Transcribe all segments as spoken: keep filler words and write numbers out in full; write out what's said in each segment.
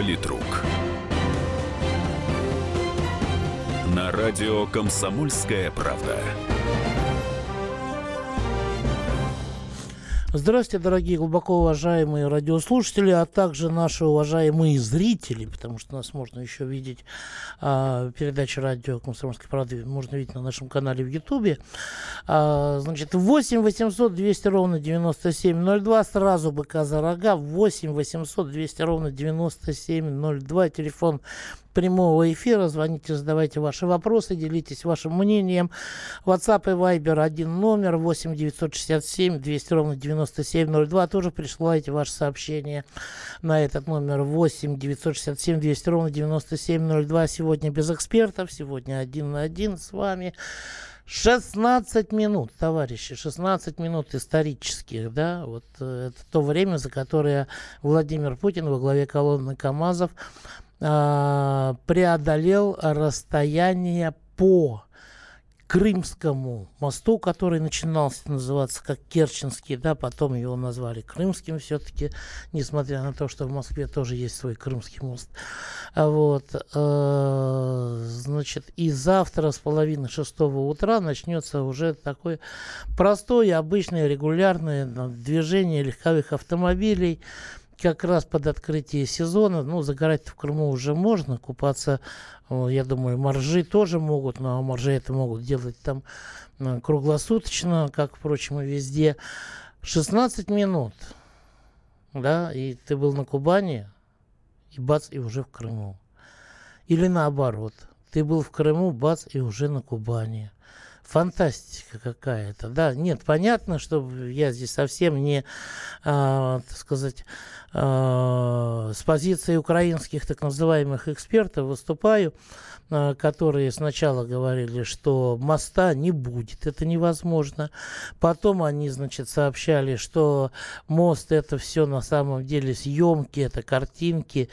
Политрук. На радио «Комсомольская правда». Здравствуйте, дорогие глубоко уважаемые радиослушатели, а также наши уважаемые зрители, потому что нас можно еще видеть, а, передачи радио «Комсомольской правды» можно видеть на нашем канале в Ютубе. А, значит, восемь восемьсот двести ровно девяносто семь ноль два, сразу быка за рога, восемь восемьсот двести ровно девяносто семь ноль два, телефон прямого эфира. Звоните, задавайте ваши вопросы, делитесь вашим мнением. WhatsApp и Viber один номер, восемь девятьсот шестьдесят семь двести ровно девяносто семь ноль два. Тоже присылайте ваши сообщения на этот номер, восемь девятьсот шестьдесят семь двести ровно девяносто семь ноль два. Сегодня без экспертов, сегодня один на один с вами. шестнадцать минут, товарищи, шестнадцать минут исторических, да, вот э, это то время, за которое Владимир Путин во главе колонны КАМАЗов э, преодолел расстояние по Крымскому мосту, который начинался называться как Керченский, да, потом его назвали Крымским все-таки, несмотря на то, что в Москве тоже есть свой Крымский мост. Вот, э, значит, и завтра с половины шестого утра начнется уже такое простое, обычное, регулярное движение легковых автомобилей, как раз под открытие сезона. Ну, загорать в Крыму уже можно, купаться, я думаю, моржи тоже могут, но моржи это могут делать там круглосуточно, как, впрочем, и везде. шестнадцать минут, да, и ты был на Кубани, и бац, и уже в Крыму. Или наоборот, ты был в Крыму, бац, и уже на Кубани. Фантастика какая-то, да. Нет, понятно, что я здесь совсем не, а, так сказать, а, с позиции украинских так называемых экспертов выступаю, а, которые сначала говорили, что моста не будет, это невозможно. Потом они, значит, сообщали, что мост это все на самом деле съемки, это картинки,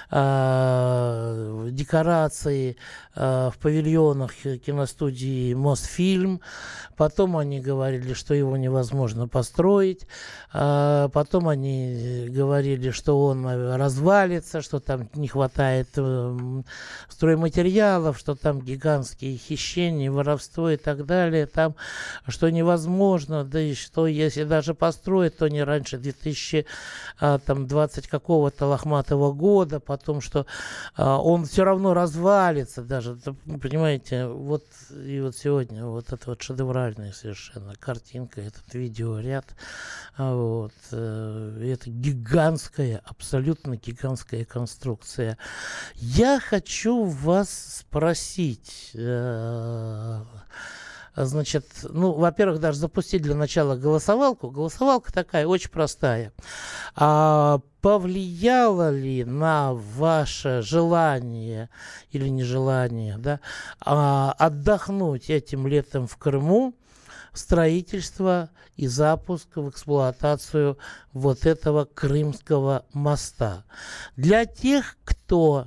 а, декорации а, в павильонах киностудии «Мосфильм». Фильм. Потом они говорили, что его невозможно построить. А потом они говорили, что он развалится, что там не хватает э, стройматериалов, что там гигантские хищения, воровство и так далее. Там, что невозможно, да и что если даже построить, то не раньше две тысячи двадцатого какого-то лохматого года. Потом, что а, он все равно развалится даже. Понимаете, вот и вот сегодня вот это вот шедевральная совершенно картинка, этот видеоряд, вот, э, это гигантская, абсолютно гигантская конструкция. Я хочу вас спросить, э, значит, ну, во-первых, даже запустить для начала голосовалку. Голосовалка такая очень простая. А повлияло ли на ваше желание или нежелание, да, а, отдохнуть этим летом в Крыму строительство и запуск в эксплуатацию вот этого Крымского моста? Для тех, кто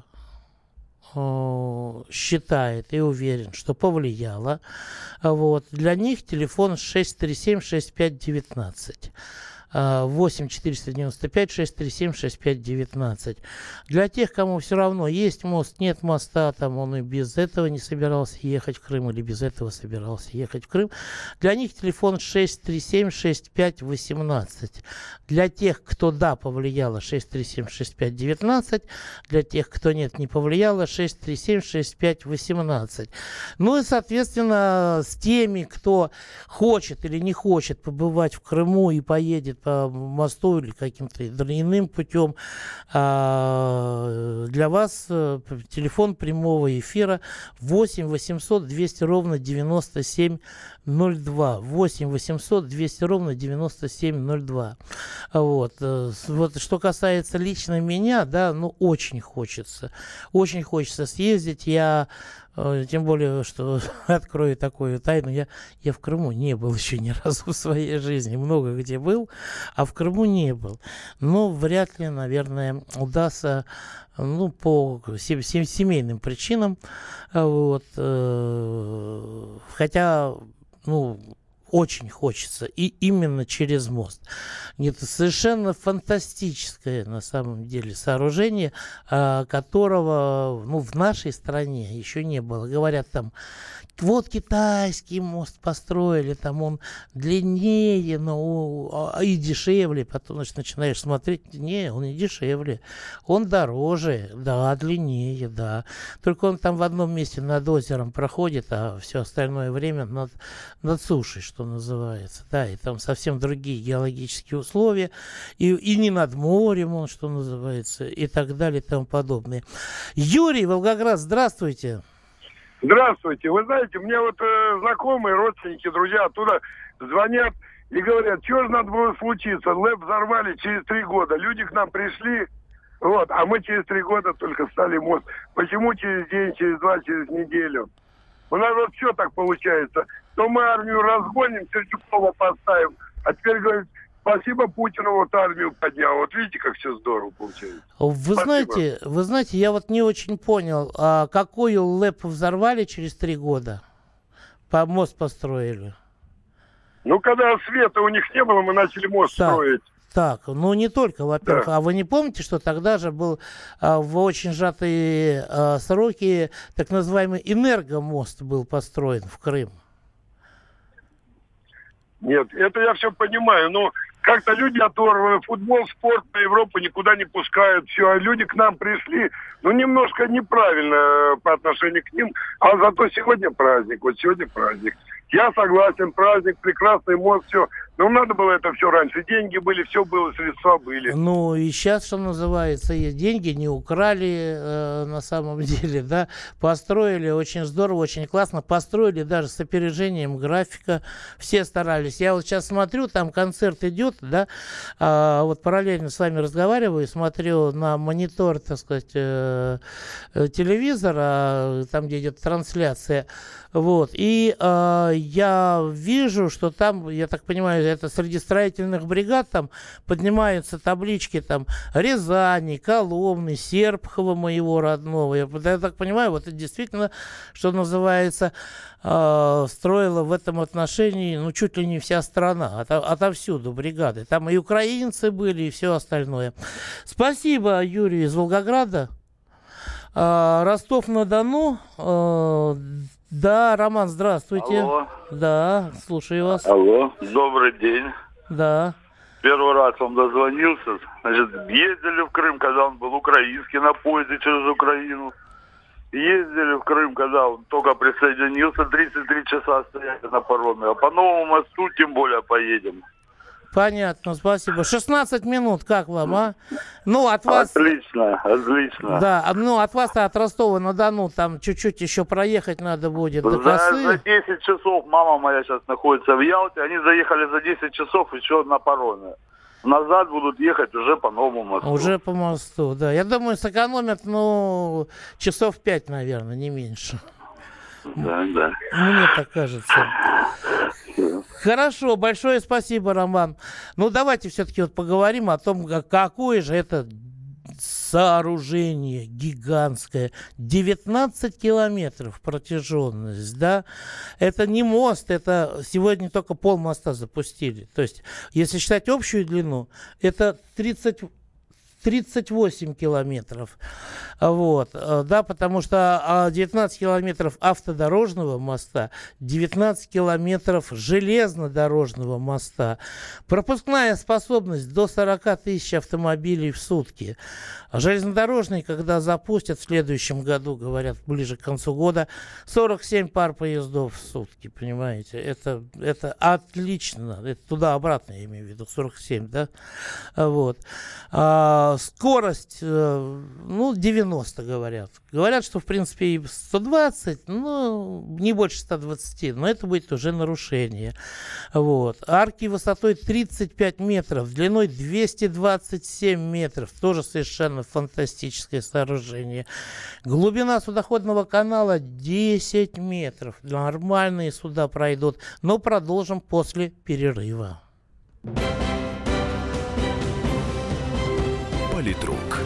считает и уверен, что повлияло, вот, для них телефон шесть три семь шесть пять девятнадцать. восемь четыреста девяносто пять шестьсот тридцать семь шестьдесят пять девятнадцать. Для тех, кому все равно есть мост, нет моста, там он и без этого не собирался ехать в Крым, или без этого собирался ехать в Крым, для них телефон шесть три семь шесть пять восемнадцать. Для тех, кто да, повлияло, шесть три семь шесть пять девятнадцать. Для тех, кто нет, не повлияло, шесть три семь шесть пять восемнадцать. Ну и, соответственно, с теми, кто хочет или не хочет побывать в Крыму и поедет по мосту или каким-то иным путем, для вас телефон прямого эфира восемь восемьсот двести ровно девяносто семь ноль два. восемь восемьсот двести ровно девяносто семь ноль два. Вот. Вот что касается лично меня, да, ну очень хочется. Очень хочется съездить. Я тем более, что открою такую тайну, я, я в Крыму не был еще ни разу в своей жизни. Много где был, а в Крыму не был. Но вряд ли, наверное, удастся, ну, по сем- сем- семейным причинам. Вот. Хотя, ну, очень хочется, и именно через мост. Это совершенно фантастическое на самом деле сооружение, а, которого ну, в нашей стране еще не было. Говорят там, вот китайский мост построили, там он длиннее, но и дешевле. Потом значит, начинаешь смотреть, не, он не дешевле, он дороже, да, длиннее, да. Только он там в одном месте над озером проходит, а все остальное время над, над сушей, что называется. Да, и там совсем другие геологические условия, и, и не над морем он, что называется, и так далее, и тому подобное. Юрий, Волгоград, здравствуйте. Здравствуйте. Вы знаете, мне вот э, знакомые, родственники, друзья оттуда звонят и говорят, что же надо было случиться. ЛЭП взорвали через три года. Люди к нам пришли, вот, а мы через три года только стали мост. Почему через день, через два, через неделю? У нас вот все так получается. То мы армию разгоним, Сердюкова поставим, а теперь говорят, спасибо Путину, вот армию поднял. Вот видите, как все здорово получается. Вы Спасибо. знаете, вы знаете, я вот не очень понял, а какой ЛЭП взорвали через три года? По мост построили. Ну, когда света у них не было, мы начали мост Так. строить. Так, ну не только, во-первых. Да. А вы не помните, что тогда же был а, в очень сжатые а, сроки так называемый энергомост был построен в Крым? Нет, это я все понимаю, но как-то люди оторваны, футбол, спорт на Европу никуда не пускают, все, а люди к нам пришли, ну, немножко неправильно по отношению к ним, а зато сегодня праздник, вот сегодня праздник. Я согласен, праздник, прекрасный мост, все. Но надо было это все раньше. Деньги были, все было, средства были. Ну и сейчас, что называется, есть деньги, не украли э, на самом деле, да. Построили очень здорово, очень классно. Построили даже с опережением графика. Все старались. Я вот сейчас смотрю, там концерт идет, да. А, вот параллельно с вами разговариваю, смотрю на монитор, так сказать, э, э, телевизора, там, где идет трансляция. Вот. И э, я вижу, что там, я так понимаю, это среди строительных бригад там поднимаются таблички там Рязани, Коломны, Серпухова моего родного. Я, я так понимаю, вот это действительно, что называется, э, строила в этом отношении, ну, чуть ли не вся страна, от, отовсюду бригады. Там и украинцы были, и все остальное. Спасибо, Юрий из Волгограда. Э, Ростов-на-Дону. Э, Да, Роман, здравствуйте. Алло. Да, слушаю вас. Алло, добрый день. Да. Первый раз вам дозвонился. Значит, ездили в Крым, когда он был украинский, на поезде через Украину. Ездили в Крым, когда он только присоединился, тридцать три часа стояли на пароме. А по новому мосту тем более поедем. Понятно, спасибо. шестнадцать минут, как вам, а? Ну, от вас... Отлично, отлично. Да, ну, от вас от Ростова-на-Дону там чуть-чуть еще проехать надо будет до За, косы. за десять часов мама моя сейчас находится в Ялте. Они заехали за десять часов еще на пароме. Назад будут ехать уже по новому мосту. Уже по мосту, да. Я думаю, сэкономят, ну, часов пять, наверное, не меньше. Да, да. Мне так кажется. Хорошо, большое спасибо, Роман. Ну, давайте все-таки вот поговорим о том, какое же это сооружение гигантское. девятнадцать километров протяженность, да. Это не мост, это сегодня только полмоста запустили. То есть, если считать общую длину, это тридцать... тридцать восемь километров. Вот, да, потому что девятнадцать километров автодорожного моста, девятнадцать километров железнодорожного моста. Пропускная способность до сорок тысяч автомобилей в сутки. Железнодорожный, когда запустят в следующем году, говорят, ближе к концу года, сорок семь пар поездов в сутки, понимаете? Это, это отлично. Это туда-обратно, я имею в виду, сорок семь, да? Вот. А, скорость, ну, девяносто, говорят. Говорят, что, в принципе, и сто двадцать, ну, не больше ста двадцати, но это будет уже нарушение. Вот. Арки высотой тридцать пять метров, длиной двести двадцать семь метров, тоже совершенно фантастическое сооружение. Глубина судоходного канала десять метров. Нормальные суда пройдут, но продолжим после перерыва. Политрук.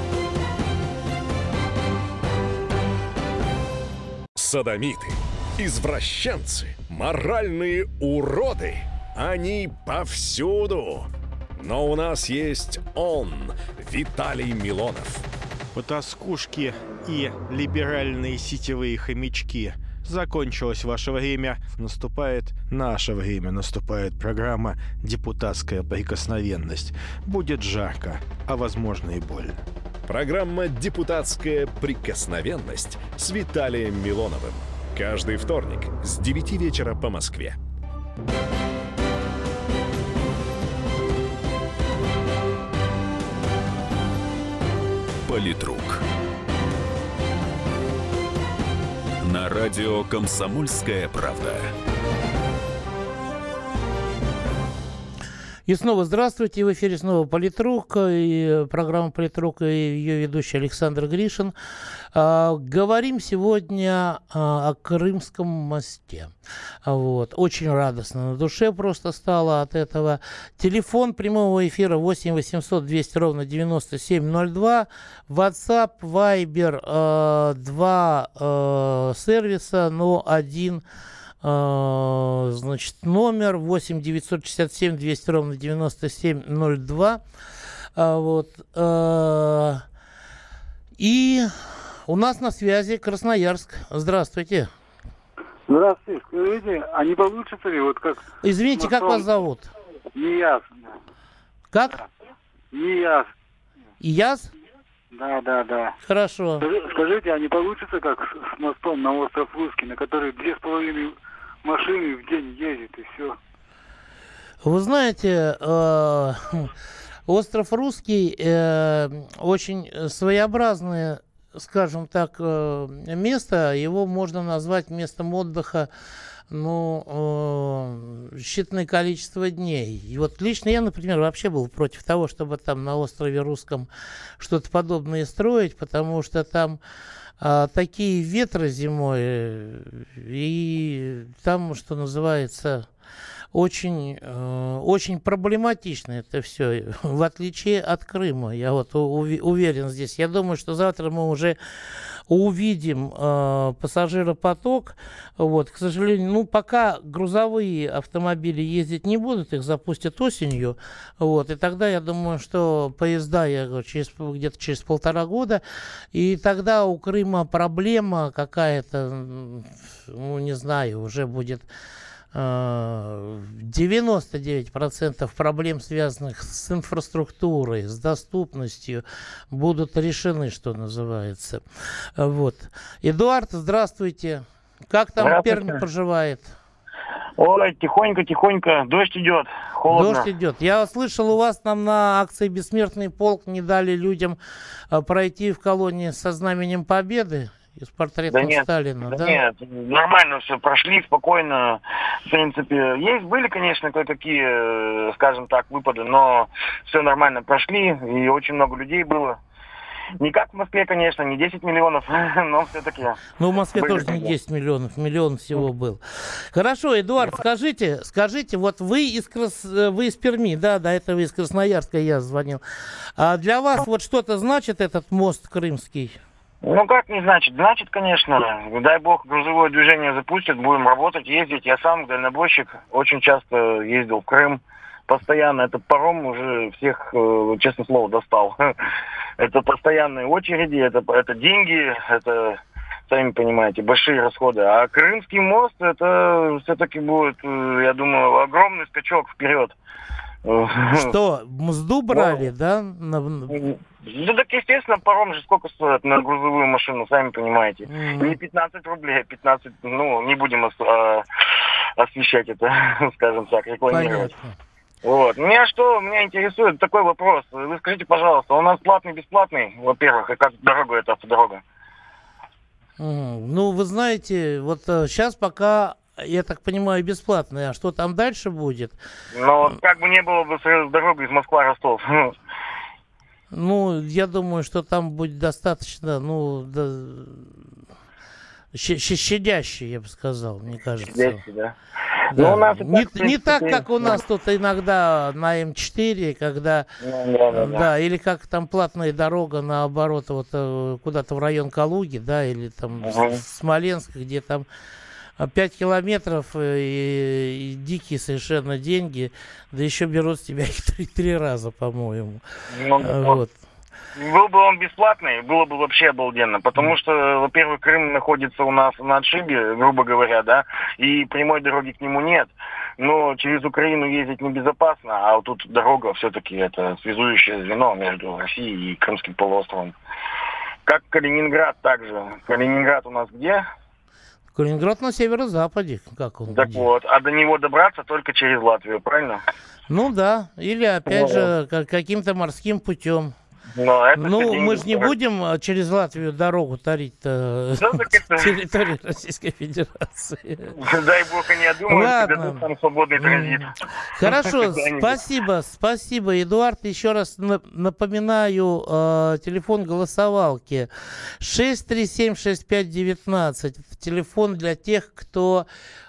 Содомиты, извращенцы, моральные уроды. Они повсюду. Но у нас есть он, Виталий Милонов. Потаскушки и либеральные сетевые хомячки. Закончилось ваше время. Наступает наше время. Наступает программа «Депутатская прикосновенность». Будет жарко, а возможно и больно. Программа «Депутатская прикосновенность» с Виталием Милоновым. Каждый вторник с девяти вечера по Москве. Политрук. На радио «Комсомольская правда». И снова здравствуйте. В эфире снова Политрук. И программа Политрук и ее ведущий Александр Гришин. А, говорим сегодня а, о Крымском мосте. Вот. Очень радостно на душе просто стало от этого. Телефон прямого эфира восемь восемьсот двести ровно девяносто семь ноль два. WhatsApp, Viber, а, два а, сервиса, но один... Uh, значит, номер восемь девятьсот шестьдесят семь двести ровно девяносто семь ноль два. Uh, вот. Uh, и у нас на связи Красноярск. Здравствуйте. Здравствуйте. Скажите, а не получится ли вот как... Извините, как вас зовут? Нияз. Как? Нияз. Ияз? Да, да, да. Хорошо. Скажите, а не получится как с мостом на остров Русский, на который две с половиной машины в день ездит и все? Вы знаете, э, остров Русский э, очень своеобразное, скажем так, э, место. Его можно назвать местом отдыха, ну, э, считанное количество дней. И вот лично я, например, вообще был против того, чтобы там на острове Русском что-то подобное строить, потому что там э, такие ветры зимой, и там, что называется, очень, э, очень проблематично это все, в отличие от Крыма. Я вот ув- уверен здесь. Я думаю, что завтра мы уже увидим э, пассажиропоток. Вот, к сожалению, ну, пока грузовые автомобили ездить не будут, их запустят осенью. Вот, и тогда я думаю, что поезда, я говорю, через, где-то через полтора года, и тогда у Крыма проблема какая-то, ну, не знаю, уже будет девяносто девять процентов проблем, связанных с инфраструктурой, с доступностью, будут решены, что называется. Вот. Эдуард, здравствуйте. Как там Пермь поживает? Ой, тихонько-тихонько. Дождь идет. Холодно. Дождь идет. Я слышал, у вас там на акции «Бессмертный полк» не дали людям пройти в колонии со знаменем Победы. И с портретом да нет, Сталина, да? да? Нет, нормально все, прошли спокойно. В принципе, есть, были, конечно, кое-какие, скажем так, выпады, но все нормально прошли, и очень много людей было. Не как в Москве, конечно, не десять миллионов, но все-таки... Ну, в Москве были, тоже не десять миллионов, миллион всего был. Хорошо, Эдуард, скажите, скажите, вот вы из, Крас... вы из Перми, да, до этого из Красноярска я звонил. А для вас вот что-то значит этот мост крымский? Ну, как не значит? Значит, конечно. Дай бог, грузовое движение запустят, будем работать, ездить. Я сам дальнобойщик, очень часто ездил в Крым. Постоянно этот паром уже всех, честное слово, достал. Это постоянные очереди, это, это деньги, это, сами понимаете, большие расходы. А Крымский мост, это все-таки будет, я думаю, огромный скачок вперед. Что, мзду брали, да? На... Ну так, естественно, паром же сколько стоит на грузовую машину, сами понимаете. Mm-hmm. Не пятнадцать рублей, а пятнадцать, ну, не будем ос- а, освещать это, скажем так, рекламировать. Понятно. Вот. Меня что, меня интересует такой вопрос. Вы скажите, пожалуйста, у нас платный, бесплатный, во-первых, и как дорога эта автодорога? Mm-hmm. Ну, вы знаете, вот сейчас пока... Я так понимаю, бесплатная. А что там дальше будет? Ну, как бы не было бы с дорогой из Москвы-Ростов. Ну, я думаю, что там будет достаточно, ну, да, щадящий, я бы сказал, мне кажется. Щадящий, да? Да. Ну, у нас не, так, не так, принципе, как у нас тут иногда на эм четыре, когда, ну, да, да, да, да, или как там платная дорога, наоборот, вот куда-то в район Калуги, да, или там угу. Смоленск, где там пять километров и, и дикие совершенно деньги, да еще берут с тебя их три, три раза, по-моему. Ну, вот. Был бы он бесплатный, было бы вообще обалденно, потому что, во-первых, Крым находится у нас на отшибе, грубо говоря, да, и прямой дороги к нему нет, но через Украину ездить небезопасно, а вот тут дорога все-таки это связующее звено между Россией и Крымским полуостровом. Как Калининград также. Калининград у нас где? Калининград на северо-западе, как он. Так где? Вот, а до него добраться только через Латвию, правильно? Ну да, или опять ну, же как, каким-то морским путем. Но это ну, мы же не будем через Латвию дорогу тарить-то да, это... территории Российской Федерации. Дай бог, они одумают, когда там свободный транзит. Хорошо, спасибо, спасибо, Эдуард. Еще раз напоминаю э, телефон голосовалки шесть три семь шесть пять девятнадцать. Телефон для тех, кто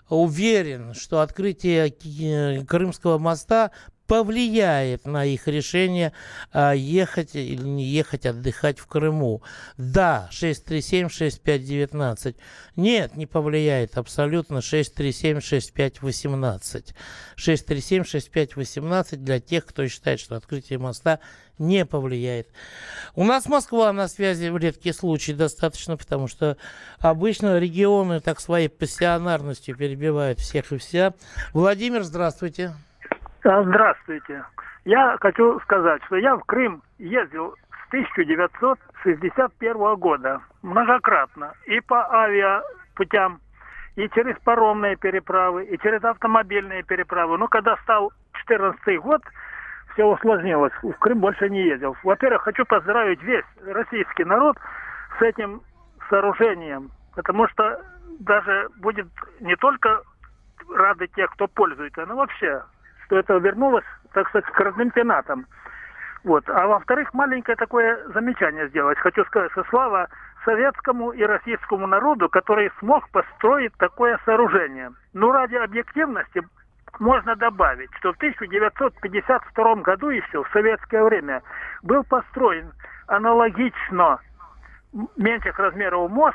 уверен, что открытие Крымского моста повлияет на их решение а, ехать или не ехать отдыхать в Крыму. Да, шесть три семь шесть пять девятнадцать. Нет, не повлияет абсолютно. шесть три семь шесть пять восемнадцать. шесть три семь шесть пять восемнадцать для тех, кто считает, что открытие моста не повлияет. У нас Москва на связи в редкие случаи достаточно, потому что обычно регионы так своей пассионарностью перебивают всех и вся. Владимир, здравствуйте. Здравствуйте. Я хочу сказать, что я в Крым ездил с тысяча девятьсот шестьдесят первого года многократно. И по авиапутям, и через паромные переправы, и через автомобильные переправы. Но когда стал четырнадцатый год, все усложнилось. В Крым больше не ездил. Во-первых, хочу поздравить весь российский народ с этим сооружением. Потому что даже будет не только рады те, кто пользуется, но вообще... что это вернулось, так сказать, к родным пенатам. Вот. А во-вторых, маленькое такое замечание сделать. Хочу сказать, что слава советскому и российскому народу, который смог построить такое сооружение. Но ради объективности можно добавить, что в тысяча девятьсот пятьдесят втором году еще, в советское время, был построен аналогично меньших размеров мост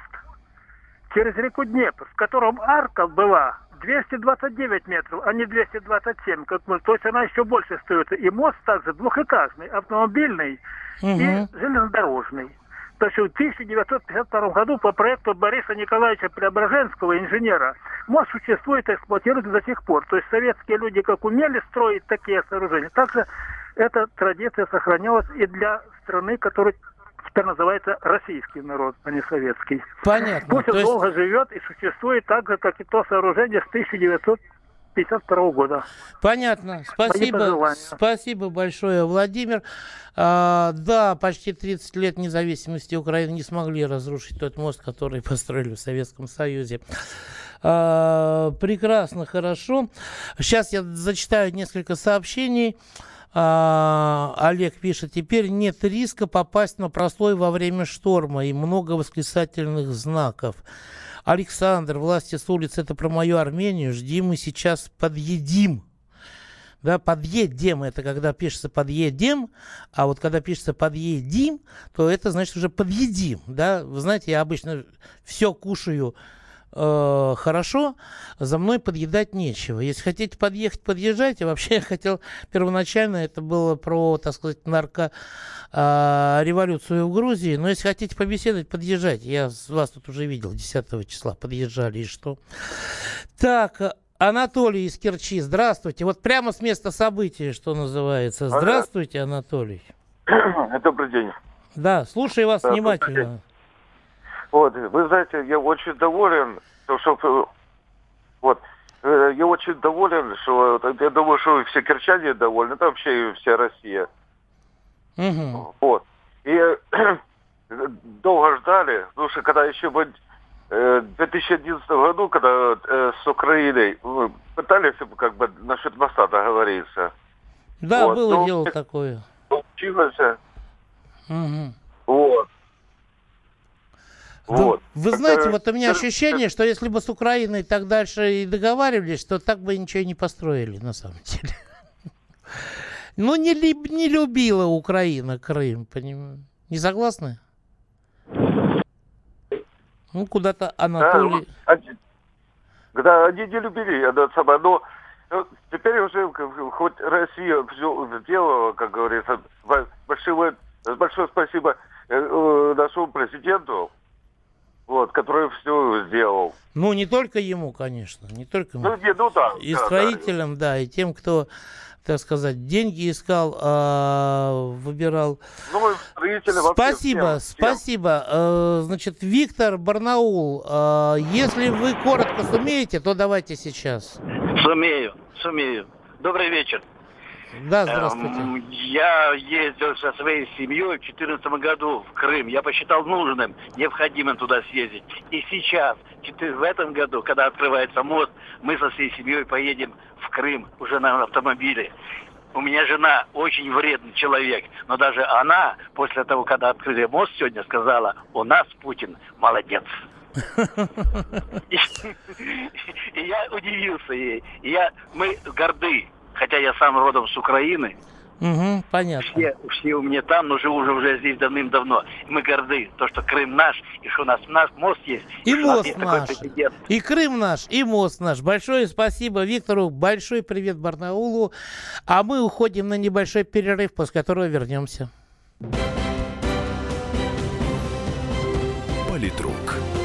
через реку Днепр, в котором арка была двести двадцать девять метров, а не двести двадцать семь, как мы. То есть она еще больше стоит. И мост также двухэтажный, автомобильный угу. и железнодорожный. То есть в тысяча девятьсот пятьдесят втором году по проекту Бориса Николаевича Преображенского, инженера, мост существует и эксплуатируется до сих пор. То есть советские люди как умели строить такие сооружения, также эта традиция сохранялась и для страны, которая теперь называется российский народ, а не советский. Понятно. Пусть он есть... долго живет и существует так же, как и то сооружение с тысяча девятьсот пятьдесят второго года. Понятно. Спасибо. Спасибо большое, Владимир. А, да, почти тридцать лет независимости Украины не смогли разрушить тот мост, который построили в Советском Союзе. А, прекрасно, хорошо. Сейчас я зачитаю несколько сообщений. А, Олег пишет: теперь нет риска попасть на простой во время шторма и много восклицательных знаков. Александр, власти с улицы, это про мою Армению, жди, мы сейчас подъедим. Да, подъедем, это когда пишется подъедем, а вот когда пишется подъедим, то это значит уже подъедим. Да? Вы знаете, я обычно все кушаю э, хорошо, за мной подъедать нечего. Если хотите подъехать, подъезжайте. Вообще я хотел первоначально, это было про, так сказать, нарко э, революцию в Грузии, но если хотите побеседовать, подъезжайте. Я вас тут уже видел, десятого числа подъезжали, и что? Так, Анатолий из Керчи, здравствуйте. Вот прямо с места событий, что называется. Здравствуйте, Анатолий. Добрый день. Да, слушаю вас да, внимательно. Вот, вы знаете, я очень доволен, что, вот, я очень доволен, что, я думаю, что все керчане довольны, это вообще вся Россия. Угу. Вот. И долго ждали, потому что когда еще в две тысячи одиннадцатом году, когда э, с Украиной мы пытались как бы насчет моста договориться. Да, вот. было Но дело такое. Получилось. Угу. Вот. Вы, вот. вы знаете, вот у меня ощущение, что если бы с Украиной так дальше и договаривались, то так бы ничего и не построили, на самом деле. Ну, не, не любила Украина Крым, понимаете? Не согласны? Ну, куда-то Анатолий... Да, когда они не любили это самое, но теперь уже хоть Россия все сделала, как говорится, большое, большое спасибо нашему президенту, вот, который все сделал. Ну, не только ему, конечно, не только ему. Ну, не, ну, да, и да, строителям, да. да, и тем, кто, так сказать, деньги искал, а, выбирал. Ну, строители вообще спасибо, всем, спасибо. всем. А, значит, Виктор, Барнаул, а, если вы коротко сумеете, то давайте сейчас. Сумею, сумею. Добрый вечер. Да, здравствуйте. Я ездил со своей семьей в две тысячи четырнадцатом году в Крым. Я посчитал нужным, необходимым туда съездить. И сейчас, в этом году, когда открывается мост, мы со всей семьей поедем в Крым уже на автомобиле. У меня жена очень вредный человек, но даже она, после того, когда открыли мост сегодня, сказала: у нас Путин молодец. И я удивился ей. Я, мы горды. Хотя я сам родом с Украины. Угу, понятно. Все, все у меня там, но живу уже, уже здесь давным-давно. Мы горды, то, что Крым наш, и что у нас наш мост есть. И, и мост наш, и Крым наш, и мост наш. Большое спасибо Виктору, большой привет Барнаулу. А мы уходим на небольшой перерыв, после которого вернемся. Политрук.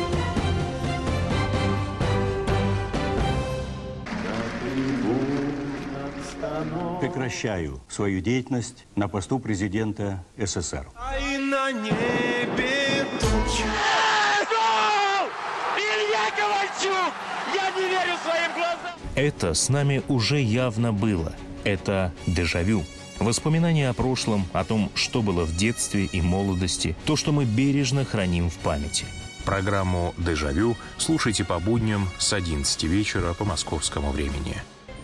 Прекращаю свою деятельность на посту президента СССР. А и на небе тучи. Илья Ковальчук! Я не верю своим глазам! Это с нами уже явно было. Это дежавю. Воспоминания о прошлом, о том, что было в детстве и молодости, то, что мы бережно храним в памяти. Программу «Дежавю» слушайте по будням с одиннадцати вечера по московскому времени.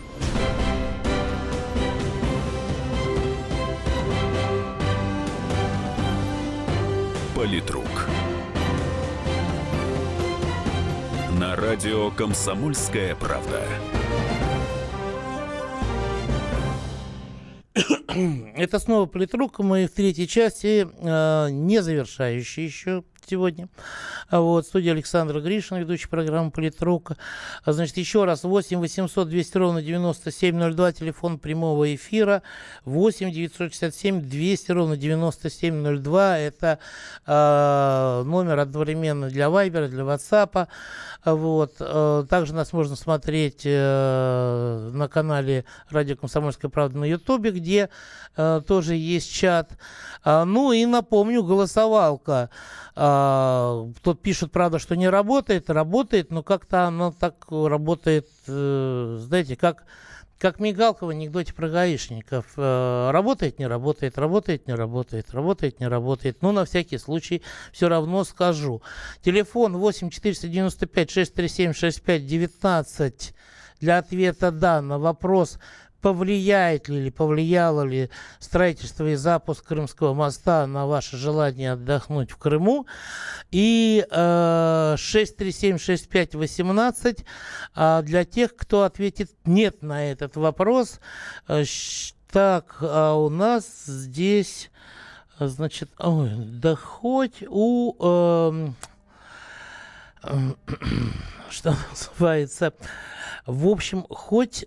Политрук. На радио «Комсомольская правда». Это снова Политрук, мы в третьей части, э, не завершающей еще сегодня. Вот, студия Александр Гришин, ведущий программы «Политрук». Значит, еще раз, восемь восемьсот двести ровно девяносто семь ноль два, телефон прямого эфира, восемь девятьсот шестьдесят семь двести ровно девяносто семь ноль два, это э, номер одновременно для Вайбера, для Ватсапа. Вот. Э, также нас можно смотреть э, на канале «Радио Комсомольская правда» на Ютубе, где э, тоже есть чат. А, ну и напомню, голосовалка. А, тут пишут, правда, что не работает. Работает, но как-то она так работает, э, знаете, как, как мигалка в анекдоте про гаишников. Э, работает, не работает, работает, не работает, работает, не работает. Но на всякий случай все равно скажу. Телефон восемь четыреста девяносто пять шестьсот тридцать семь шестьдесят пять девятнадцать для ответа «да» на вопрос, повлияет ли или повлияло ли строительство и запуск Крымского моста на ваше желание отдохнуть в Крыму. И э, шесть три семь шесть пять восемнадцать э, для тех, кто ответит «нет» на этот вопрос. Э, так, а у нас здесь, значит, ой, да хоть у... Э, э, что называется... В общем, хоть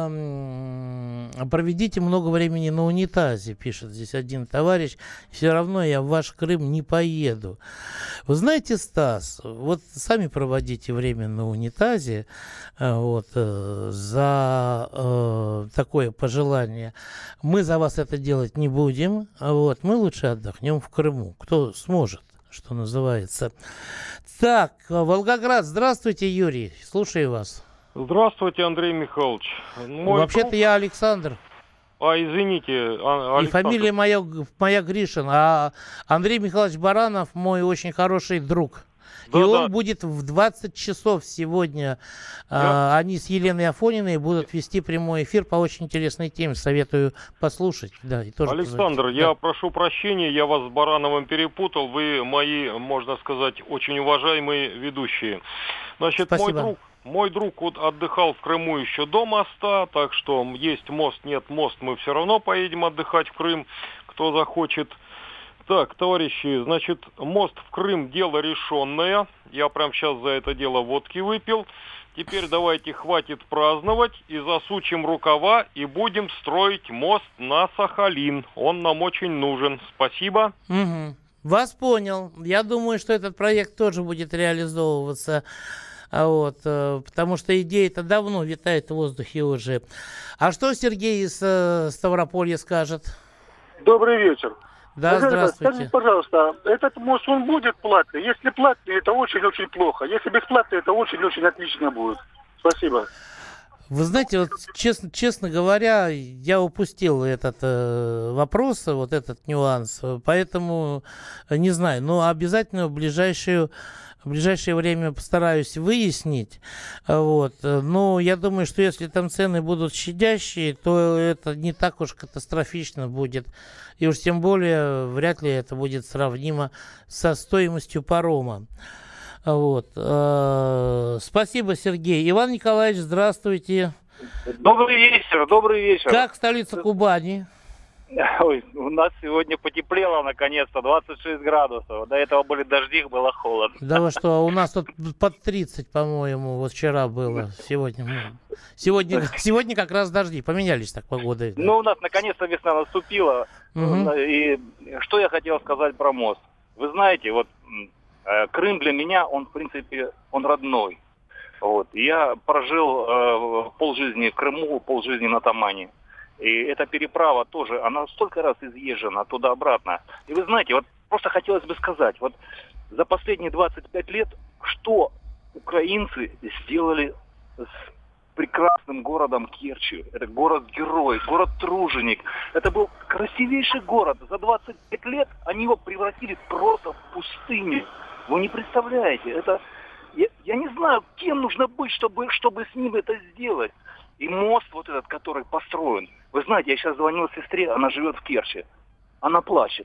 э, проведите много времени на унитазе, пишет здесь один товарищ, все равно я в ваш Крым не поеду. Вы знаете, Стас, вот сами проводите время на унитазе, э, вот, э, за э, такое пожелание. Мы за вас это делать не будем, вот, мы лучше отдохнем в Крыму, кто сможет, что называется. Так, Волгоград, здравствуйте, Юрий, слушаю вас. Здравствуйте, Андрей Михайлович. Мой Вообще-то друг... я Александр. А, извините, Александр. И фамилия моя, моя Гришин. А Андрей Михайлович Баранов мой очень хороший друг. Да, и он да. будет в двадцать часов сегодня. Я... А, они с Еленой Афониной будут вести прямой эфир по очень интересной теме. Советую послушать. Да, и тоже Александр, позвонить. я да. прошу прощения, я вас с Барановым перепутал. Вы мои, можно сказать, очень уважаемые ведущие. Значит, Спасибо. мой друг... Мой друг вот отдыхал в Крыму еще до моста, так что есть мост, нет мост, мы все равно поедем отдыхать в Крым, кто захочет. Так, товарищи, значит, мост в Крым – дело решенное. Я прямо сейчас за это дело водки выпил. Теперь давайте хватит праздновать и засучим рукава и будем строить мост на Сахалин. Он нам очень нужен. Спасибо. Угу. Вас понял. Я думаю, что этот проект тоже будет реализовываться. Вот, потому что идея-то давно витает в воздухе уже. А что Сергей из э, Ставрополья скажет? Добрый вечер. Да, Скажите, здравствуйте. Скажите, пожалуйста, этот мост, он будет платный? Если платный, это очень-очень плохо. Если бесплатный, это очень-очень отлично будет. Спасибо. Вы знаете, вот честно, честно говоря, я упустил этот э, вопрос, вот этот нюанс, поэтому не знаю, но обязательно в ближайшую В ближайшее время постараюсь выяснить. Вот. Но я думаю, что если там цены будут щадящие, то это не так уж катастрофично будет. И уж тем более вряд ли это будет сравнимо со стоимостью парома. Вот. Спасибо, Сергей. Иван Николаевич, здравствуйте. Добрый вечер, добрый вечер. Как столица Кубани? Ой, у нас сегодня потеплело наконец-то, двадцать шесть градусов. До этого были дожди, было холодно. Да вы что, у нас тут под тридцать, по-моему, вот вчера было. Сегодня, сегодня, сегодня как раз дожди, поменялись так погоды. Ну, у нас наконец-то весна наступила. Угу. И что я хотел сказать про мост. Вы знаете, вот Крым для меня, он, в принципе, он родной. Вот. Я прожил э, полжизни в Крыму, полжизни на Тамане. И эта переправа тоже, она столько раз изъезжена туда-обратно. И вы знаете, вот просто хотелось бы сказать, вот за последние двадцать пять лет, что украинцы сделали с прекрасным городом Керчью. Это город-герой, город-труженик. Это был красивейший город. За двадцать пять лет они его превратили просто в пустыню. Вы не представляете, это... Я, я не знаю, кем нужно быть, чтобы, чтобы с ним это сделать. И мост вот этот, который построен. Вы знаете, я сейчас звонил сестре, она живет в Керчи. Она плачет.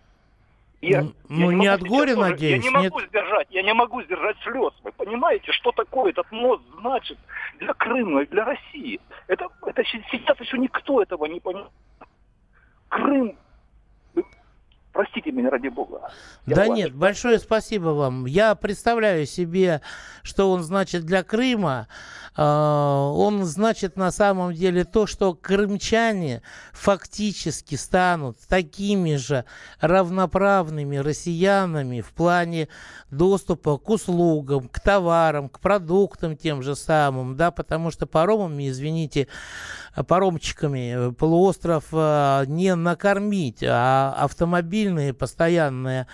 Я, ну, я не, не от горя, тоже, надеюсь? Я не могу нет? сдержать, я не могу сдержать слез. Вы понимаете, что такое этот мост значит для Крыма и для России? Это, это сейчас еще никто этого не понимает. Крым... Простите меня, ради бога. Я да плачу. Нет, большое спасибо вам. Я представляю себе, что он значит для Крыма. Он значит на самом деле то, что крымчане фактически станут такими же равноправными россиянами в плане доступа к услугам, к товарам, к продуктам тем же самым, да, потому что паромами, извините, паромчиками полуостров не накормить, а автомобильное постоянное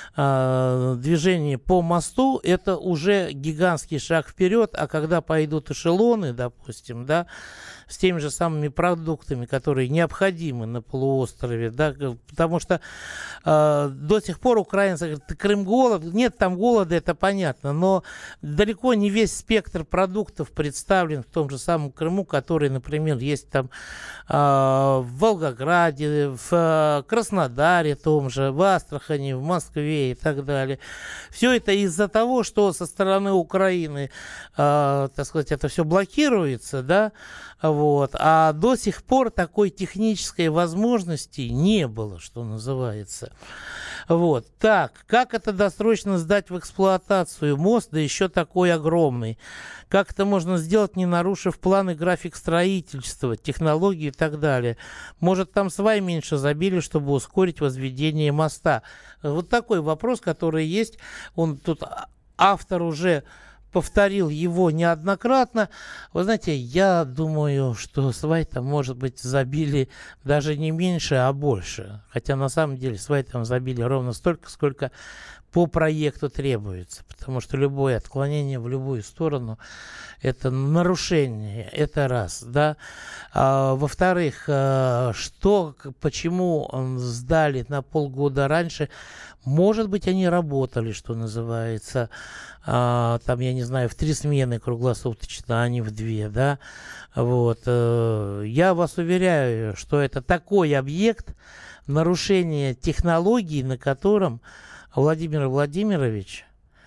движение по мосту — это уже гигантский шаг вперед, а когда пойдут эшелоны, допустим, да, с теми же самыми продуктами, которые необходимы на полуострове, да, потому что э, до сих пор украинцы говорят, Крым голод, нет там голода, это понятно, но далеко не весь спектр продуктов представлен в том же самом Крыму, который, например, есть там э, в Волгограде, в э, Краснодаре том же, в Астрахани, в Москве и так далее. Все это из-за того, что со стороны Украины, э, так сказать, это все блокируется, да, вот. А до сих пор такой технической возможности не было, что называется. Вот. Так, как это досрочно сдать в эксплуатацию мост, да еще такой огромный? Как это можно сделать, не нарушив планы, график строительства, технологии и так далее? Может, там свай меньше забили, чтобы ускорить возведение моста? Вот такой вопрос, который есть. Он тут, автор уже повторил его неоднократно. Вы знаете, я думаю, что свай там, может быть, забили даже не меньше, а больше. Хотя на самом деле свай там забили ровно столько, сколько по проекту требуется. Потому что любое отклонение в любую сторону — это нарушение, это раз, да. А, во-вторых, а, что, почему сдали на полгода раньше? Может быть, они работали, что называется, а, там, я не знаю, в три смены круглосуточно, а не в две, да. Вот. А, я вас уверяю, что это такой объект нарушения технологий, на котором Владимир Владимирович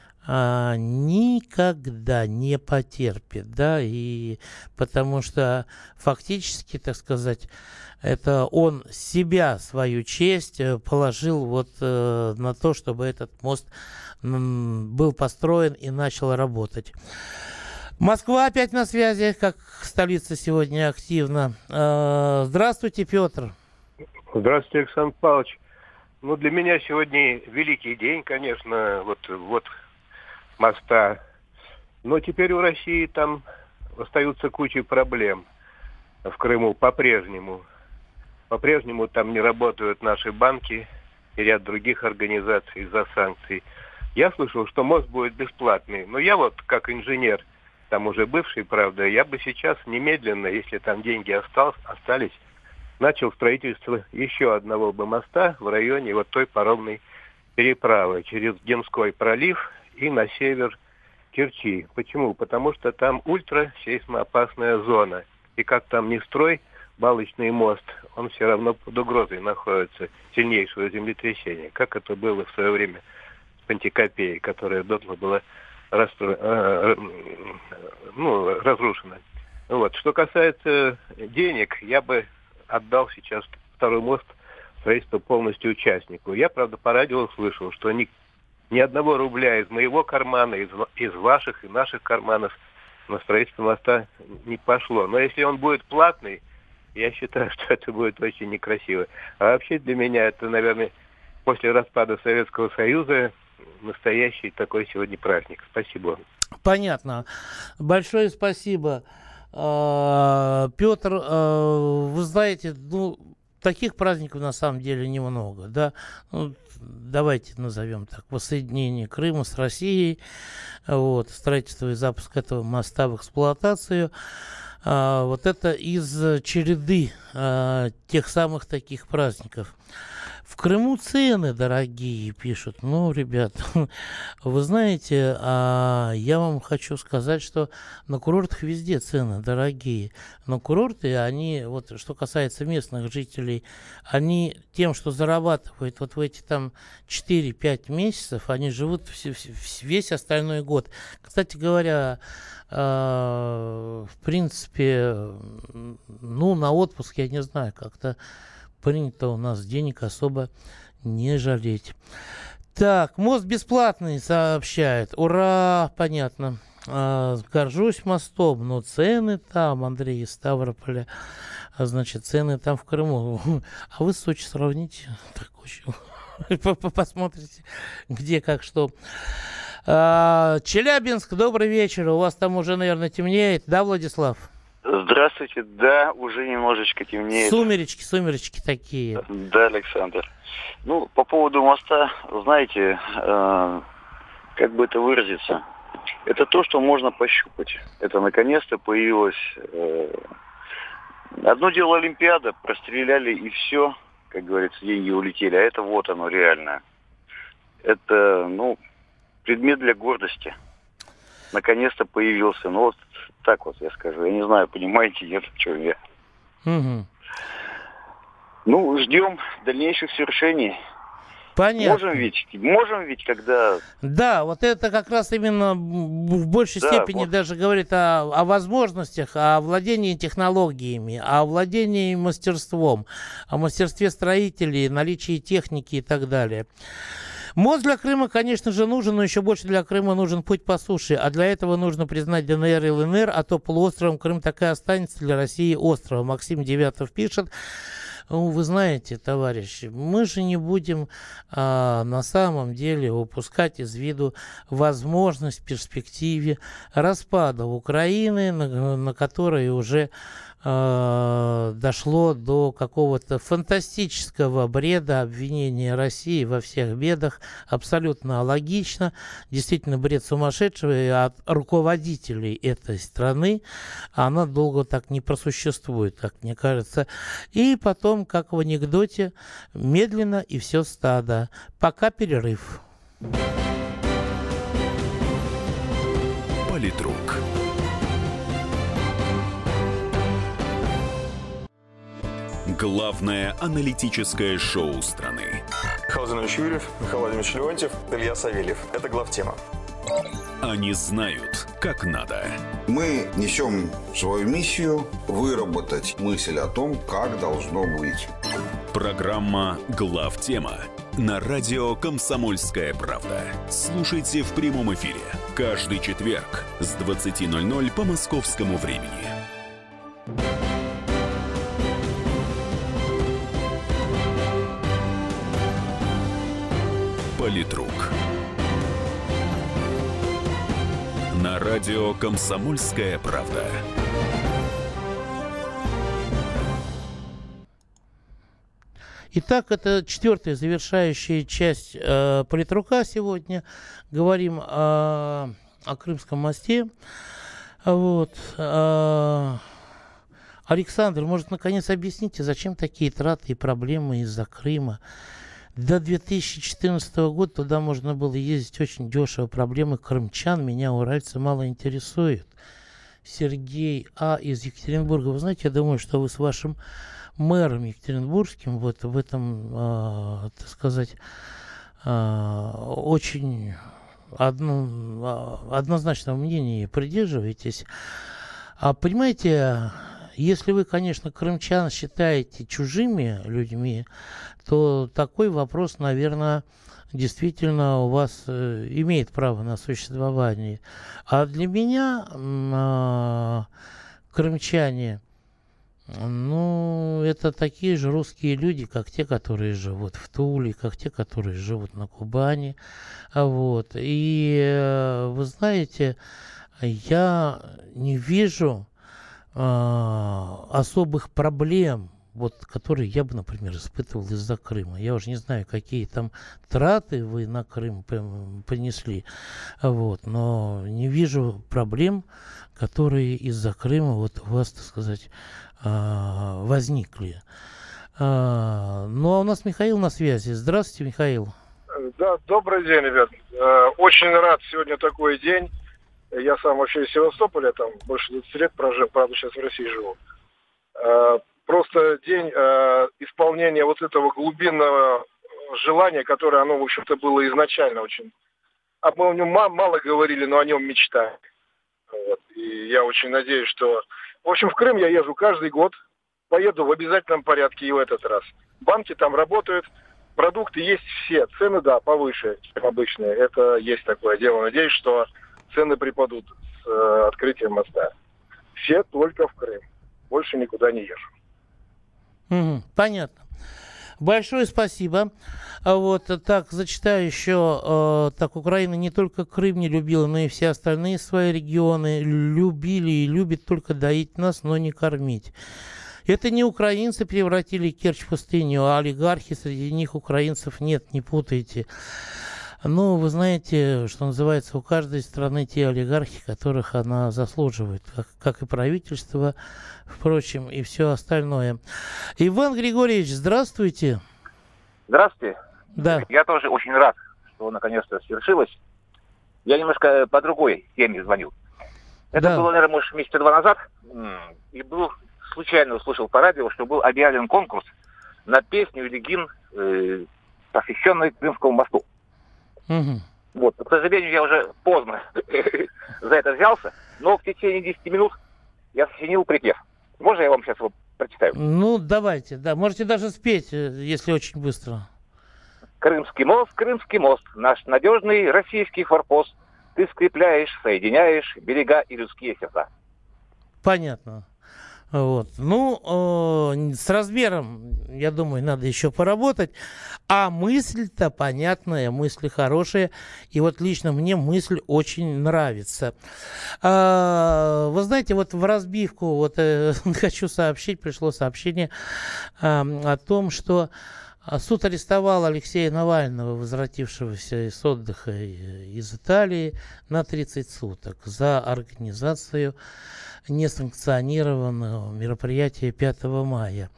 а, никогда не потерпит, да, и потому что фактически, так сказать, это он себя, свою честь положил вот э, на то, чтобы этот мост м, был построен и начал работать. Москва опять на связи, как столица сегодня активно. Здравствуйте, Петр. Здравствуйте, Александр Павлович. Ну, для меня сегодня великий день, конечно, вот, вот моста. Но теперь у России там остаются куча проблем в Крыму по-прежнему. По-прежнему там не работают наши банки и ряд других организаций из-за санкций. Я слышал, что мост будет бесплатный. Но я вот, как инженер, там уже бывший, правда, я бы сейчас немедленно, если там деньги осталось, остались, начал строительство еще одного бы моста в районе вот той паромной переправы через Демской пролив и на север Керчи. Почему? Потому что там ультрасейсмоопасная зона. И как там ни строй, балочный мост, он все равно под угрозой находится сильнейшего землетрясения. Как это было в свое время с Пантикопеей, которая должна была расстро... э, ну, разрушена. Вот. Что касается денег, я бы отдал сейчас второй мост строительства полностью участнику. Я, правда, по радио слышал, что ни, ни одного рубля из моего кармана, из, из ваших и наших карманов на строительство моста не пошло. Но если он будет платный, я считаю, что это будет очень некрасиво. А вообще для меня это, наверное, после распада Советского Союза настоящий такой сегодня праздник. Спасибо. Понятно. Большое спасибо. Петр, вы знаете, ну, таких праздников на самом деле немного, да. Ну, давайте назовем так: воссоединение Крыма с Россией, вот, строительство и запуск этого моста в эксплуатацию. А, вот это из череды а, тех самых таких праздников. В Крыму цены дорогие, пишут. Ну, ребят, вы знаете, а, я вам хочу сказать, что на курортах везде цены дорогие. Но курорты, они, вот что касается местных жителей, они тем, что зарабатывают вот в эти там четыре-пять месяцев, они живут вс- вс- весь остальной год. Кстати говоря, а, в принципе, ну, на отпуск, я не знаю, как-то принято у нас денег особо не жалеть. Так, мост бесплатный, сообщает. Ура, понятно. А, горжусь мостом, но цены там, Андрей из Ставрополя, а, значит, цены там в Крыму. А вы Сочи сравните, так очень посмотрите, где, как, что. А, Челябинск, добрый вечер. У вас там уже, наверное, темнеет, да, Владислав? Здравствуйте, да, уже немножечко темнеет. Сумеречки, сумеречки такие. Да, Александр. Ну, по поводу моста, знаете, э, как бы это выразиться, это то, что можно пощупать. Это наконец-то появилось. Э, одно дело Олимпиада, простреляли и все, как говорится, деньги улетели, а это вот оно реальное. Это, ну, предмет для гордости. Наконец-то появился. Ну, вот так вот я скажу. Я не знаю, понимаете, нет, в чем я. Угу. Ну, ждем дальнейших свершений. Понятно. Можем ведь, можем ведь, когда... Да, вот это как раз именно в большей да, степени вот. даже говорит о, о возможностях, о владении технологиями, о владении мастерством, о мастерстве строителей, наличии техники и так далее. Мост для Крыма, конечно же, нужен, но еще больше для Крыма нужен путь по суше. А для этого нужно признать ДНР и ЛНР, а то полуостровом Крым так и останется для России островом. Максим Девятов пишет. Ну, вы знаете, товарищи, мы же не будем а, на самом деле упускать из виду возможность в перспективе распада Украины, на, на которой уже а, дошло до какого-то фантастического бреда обвинения России во всех бедах. Абсолютно логично. Действительно, бред сумасшедшего, и от руководителей этой страны она долго так не просуществует, как мне кажется. И потом, как в анекдоте, медленно и все стадо. Пока перерыв. Политрук. Главное аналитическое шоу страны. Михаил Владимирович Юрьев, Михаил Владимирович Леонтьев, Илья Савельев. Это главтема. Они знают, как надо. Мы несем свою миссию выработать мысль о том, как должно быть. Программа «Главтема» на радио «Комсомольская правда». Слушайте в прямом эфире каждый четверг с двадцати ноль-ноль по московскому времени. Политрук. На радио «Комсомольская правда». Итак, это четвертая завершающая часть э, политрука сегодня. Говорим о, о Крымском мосте. Вот. Э, Александр, может, наконец объясните, зачем такие траты и проблемы из-за Крыма? До две тысячи четырнадцатого года туда можно было ездить очень дешево. Проблемы крымчан меня, уральцы, мало интересуют. Сергей А. из Екатеринбурга. Вы знаете, я думаю, что вы с вашим мэром екатеринбургским вот в этом, э, так сказать, э, очень одно, однозначного мнения придерживаетесь. А понимаете, если вы, конечно, крымчан считаете чужими людьми, то такой вопрос, наверное, действительно у вас э, имеет право на существование. А для меня э, крымчане, ну, это такие же русские люди, как те, которые живут в Туле, как те, которые живут на Кубани. Вот. И э, вы знаете, я не вижу э, особых проблем, вот, которые я бы, например, испытывал из-за Крыма. Я уже не знаю, какие там траты вы на Крым принесли, вот, но не вижу проблем, которые из-за Крыма вот у вас, так сказать, возникли. Ну, а у нас Михаил на связи. Здравствуйте, Михаил. Да, добрый день, ребят. Очень рад сегодня такой день. Я сам вообще из Севастополя, там больше двадцати лет прожил, правда, сейчас в России живу. Просто день исполнения вот этого глубинного желания, которое оно, в общем-то, было изначально очень. А мы о нем мало говорили, но о нем мечтали. Вот. И я очень надеюсь, что... В общем, в Крым я езжу каждый год. Поеду в обязательном порядке и в этот раз. Банки там работают, продукты есть все. Цены, да, повыше, чем обычные. Это есть такое дело. Надеюсь, что цены припадут с э, открытием моста. Все только в Крым. Больше никуда не езжу. Угу, понятно. Большое спасибо. А вот так, зачитаю еще, э, так, Украина не только Крым не любила, но и все остальные свои регионы любили и любит только доить нас, но не кормить. Это не украинцы превратили Керчь в пустыню, а олигархи, среди них украинцев нет, не путайте. Ну, вы знаете, что называется, у каждой страны те олигархи, которых она заслуживает, как, как и правительство, впрочем, и все остальное. Иван Григорьевич, здравствуйте. Здравствуйте. Да. Я тоже очень рад, что наконец-то свершилось. Я немножко по другой теме звоню. Это да. было, наверное, может, месяца два назад, и был, случайно услышал по радио, что был объявлен конкурс на песню или гимн, э, посвященный Крымскому мосту. Угу. Вот, к сожалению, я уже поздно за это взялся, но в течение десяти минут я сочинил припев. Можно я вам сейчас его прочитаю? Ну, давайте, да. Можете даже спеть, если очень быстро. Крымский мост, Крымский мост, наш надежный российский форпост. Ты скрепляешь, соединяешь берега и людские сердца. Понятно. Вот. Ну, э, с размером, я думаю, надо еще поработать. А мысль-то понятная, мысли хорошие. И вот лично мне мысль очень нравится. А, вы знаете, вот в разбивку вот, э, хочу сообщить, пришло сообщение э, о том, что суд арестовал Алексея Навального, возвратившегося из отдыха из Италии, на тридцать суток за организацию несанкционированного мероприятия пятого мая.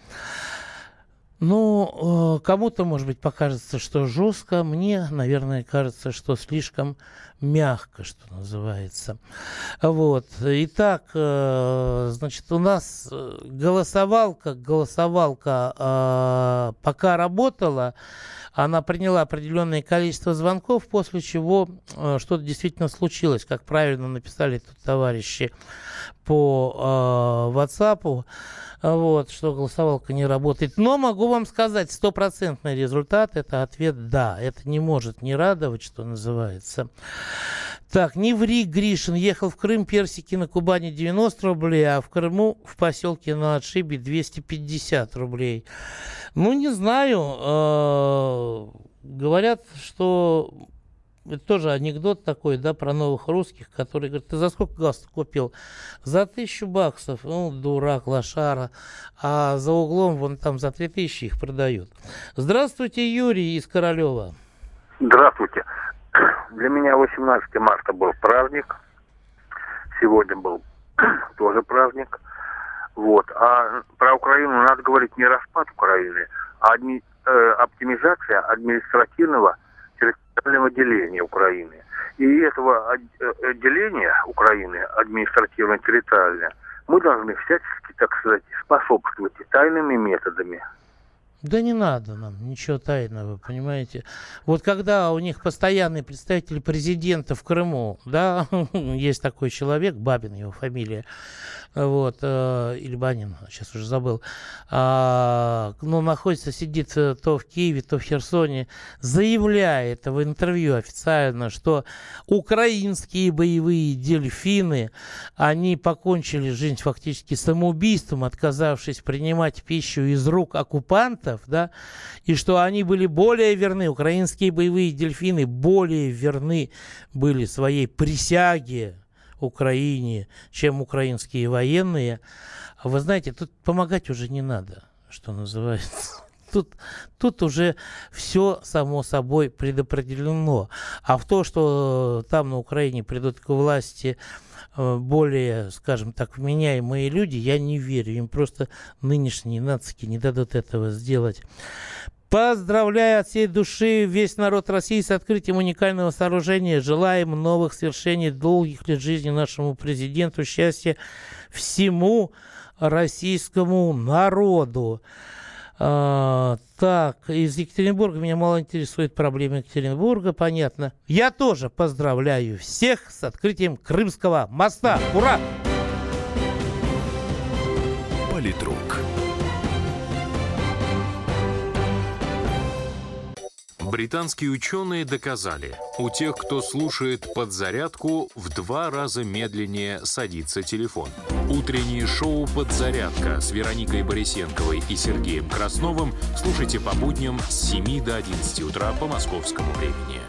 Ну, кому-то, может быть, покажется, что жестко. Мне, наверное, кажется, что слишком мягко, что называется. Вот. Итак, значит, у нас голосовалка, голосовалка пока работала. Она приняла определенное количество звонков, после чего что-то действительно случилось, как правильно написали тут товарищи по по э, WhatsApp, вот, что голосовалка не работает. Но могу вам сказать, стопроцентный результат – это ответ «да». Это не может не радовать, что называется. Так, не ври, Гришин. Ехал в Крым, персики на Кубани девяносто рублей, а в Крыму в поселке на отшибе двести пятьдесят рублей. Ну, не знаю. Э, говорят, что... Это тоже анекдот такой, да, про новых русских, которые говорят: ты за сколько галстук купил? За тысячу баксов. Ну, дурак, лошара. А за углом вон там за три тысячи их продают. Здравствуйте, Юрий из Королева. Здравствуйте. Для меня восемнадцатое марта был праздник. Сегодня был тоже праздник. Вот. А про Украину надо говорить не распад Украины, а адми, э, оптимизация административного территориального деления Украины. И этого деления Украины административно-территориальное мы должны всячески, так сказать, способствовать тайными методами. Да не надо нам ничего тайного, понимаете. Вот когда у них постоянный представитель президента в Крыму, да, есть такой человек, Бабин его фамилия, вот, э, или Банин, сейчас уже забыл, а, ну, находится, сидит то в Киеве, то в Херсоне, заявляет в интервью официально, что украинские боевые дельфины, они покончили жизнь фактически самоубийством, отказавшись принимать пищу из рук оккупантов, да, и что они были более верны, украинские боевые дельфины более верны были своей присяге Украине, чем украинские военные. Вы знаете, тут помогать уже не надо, что называется. Тут, тут уже все само собой предопределено. А в то, что там на Украине придут к власти более, скажем так, вменяемые люди, я не верю. Им просто нынешние нацики не дадут этого сделать. Поздравляю от всей души весь народ России с открытием уникального сооружения. Желаем новых свершений, долгих лет жизни нашему президенту, счастья всему российскому народу. А, так, из Екатеринбурга меня мало интересует проблемы Екатеринбурга, понятно. Я тоже поздравляю всех с открытием Крымского моста. Ура! Политрук. Британские ученые доказали, у тех, кто слушает «Подзарядку», в два раза медленнее садится телефон. Утреннее шоу «Подзарядка» с Вероникой Борисенковой и Сергеем Красновым слушайте по будням с семи до одиннадцати утра по московскому времени.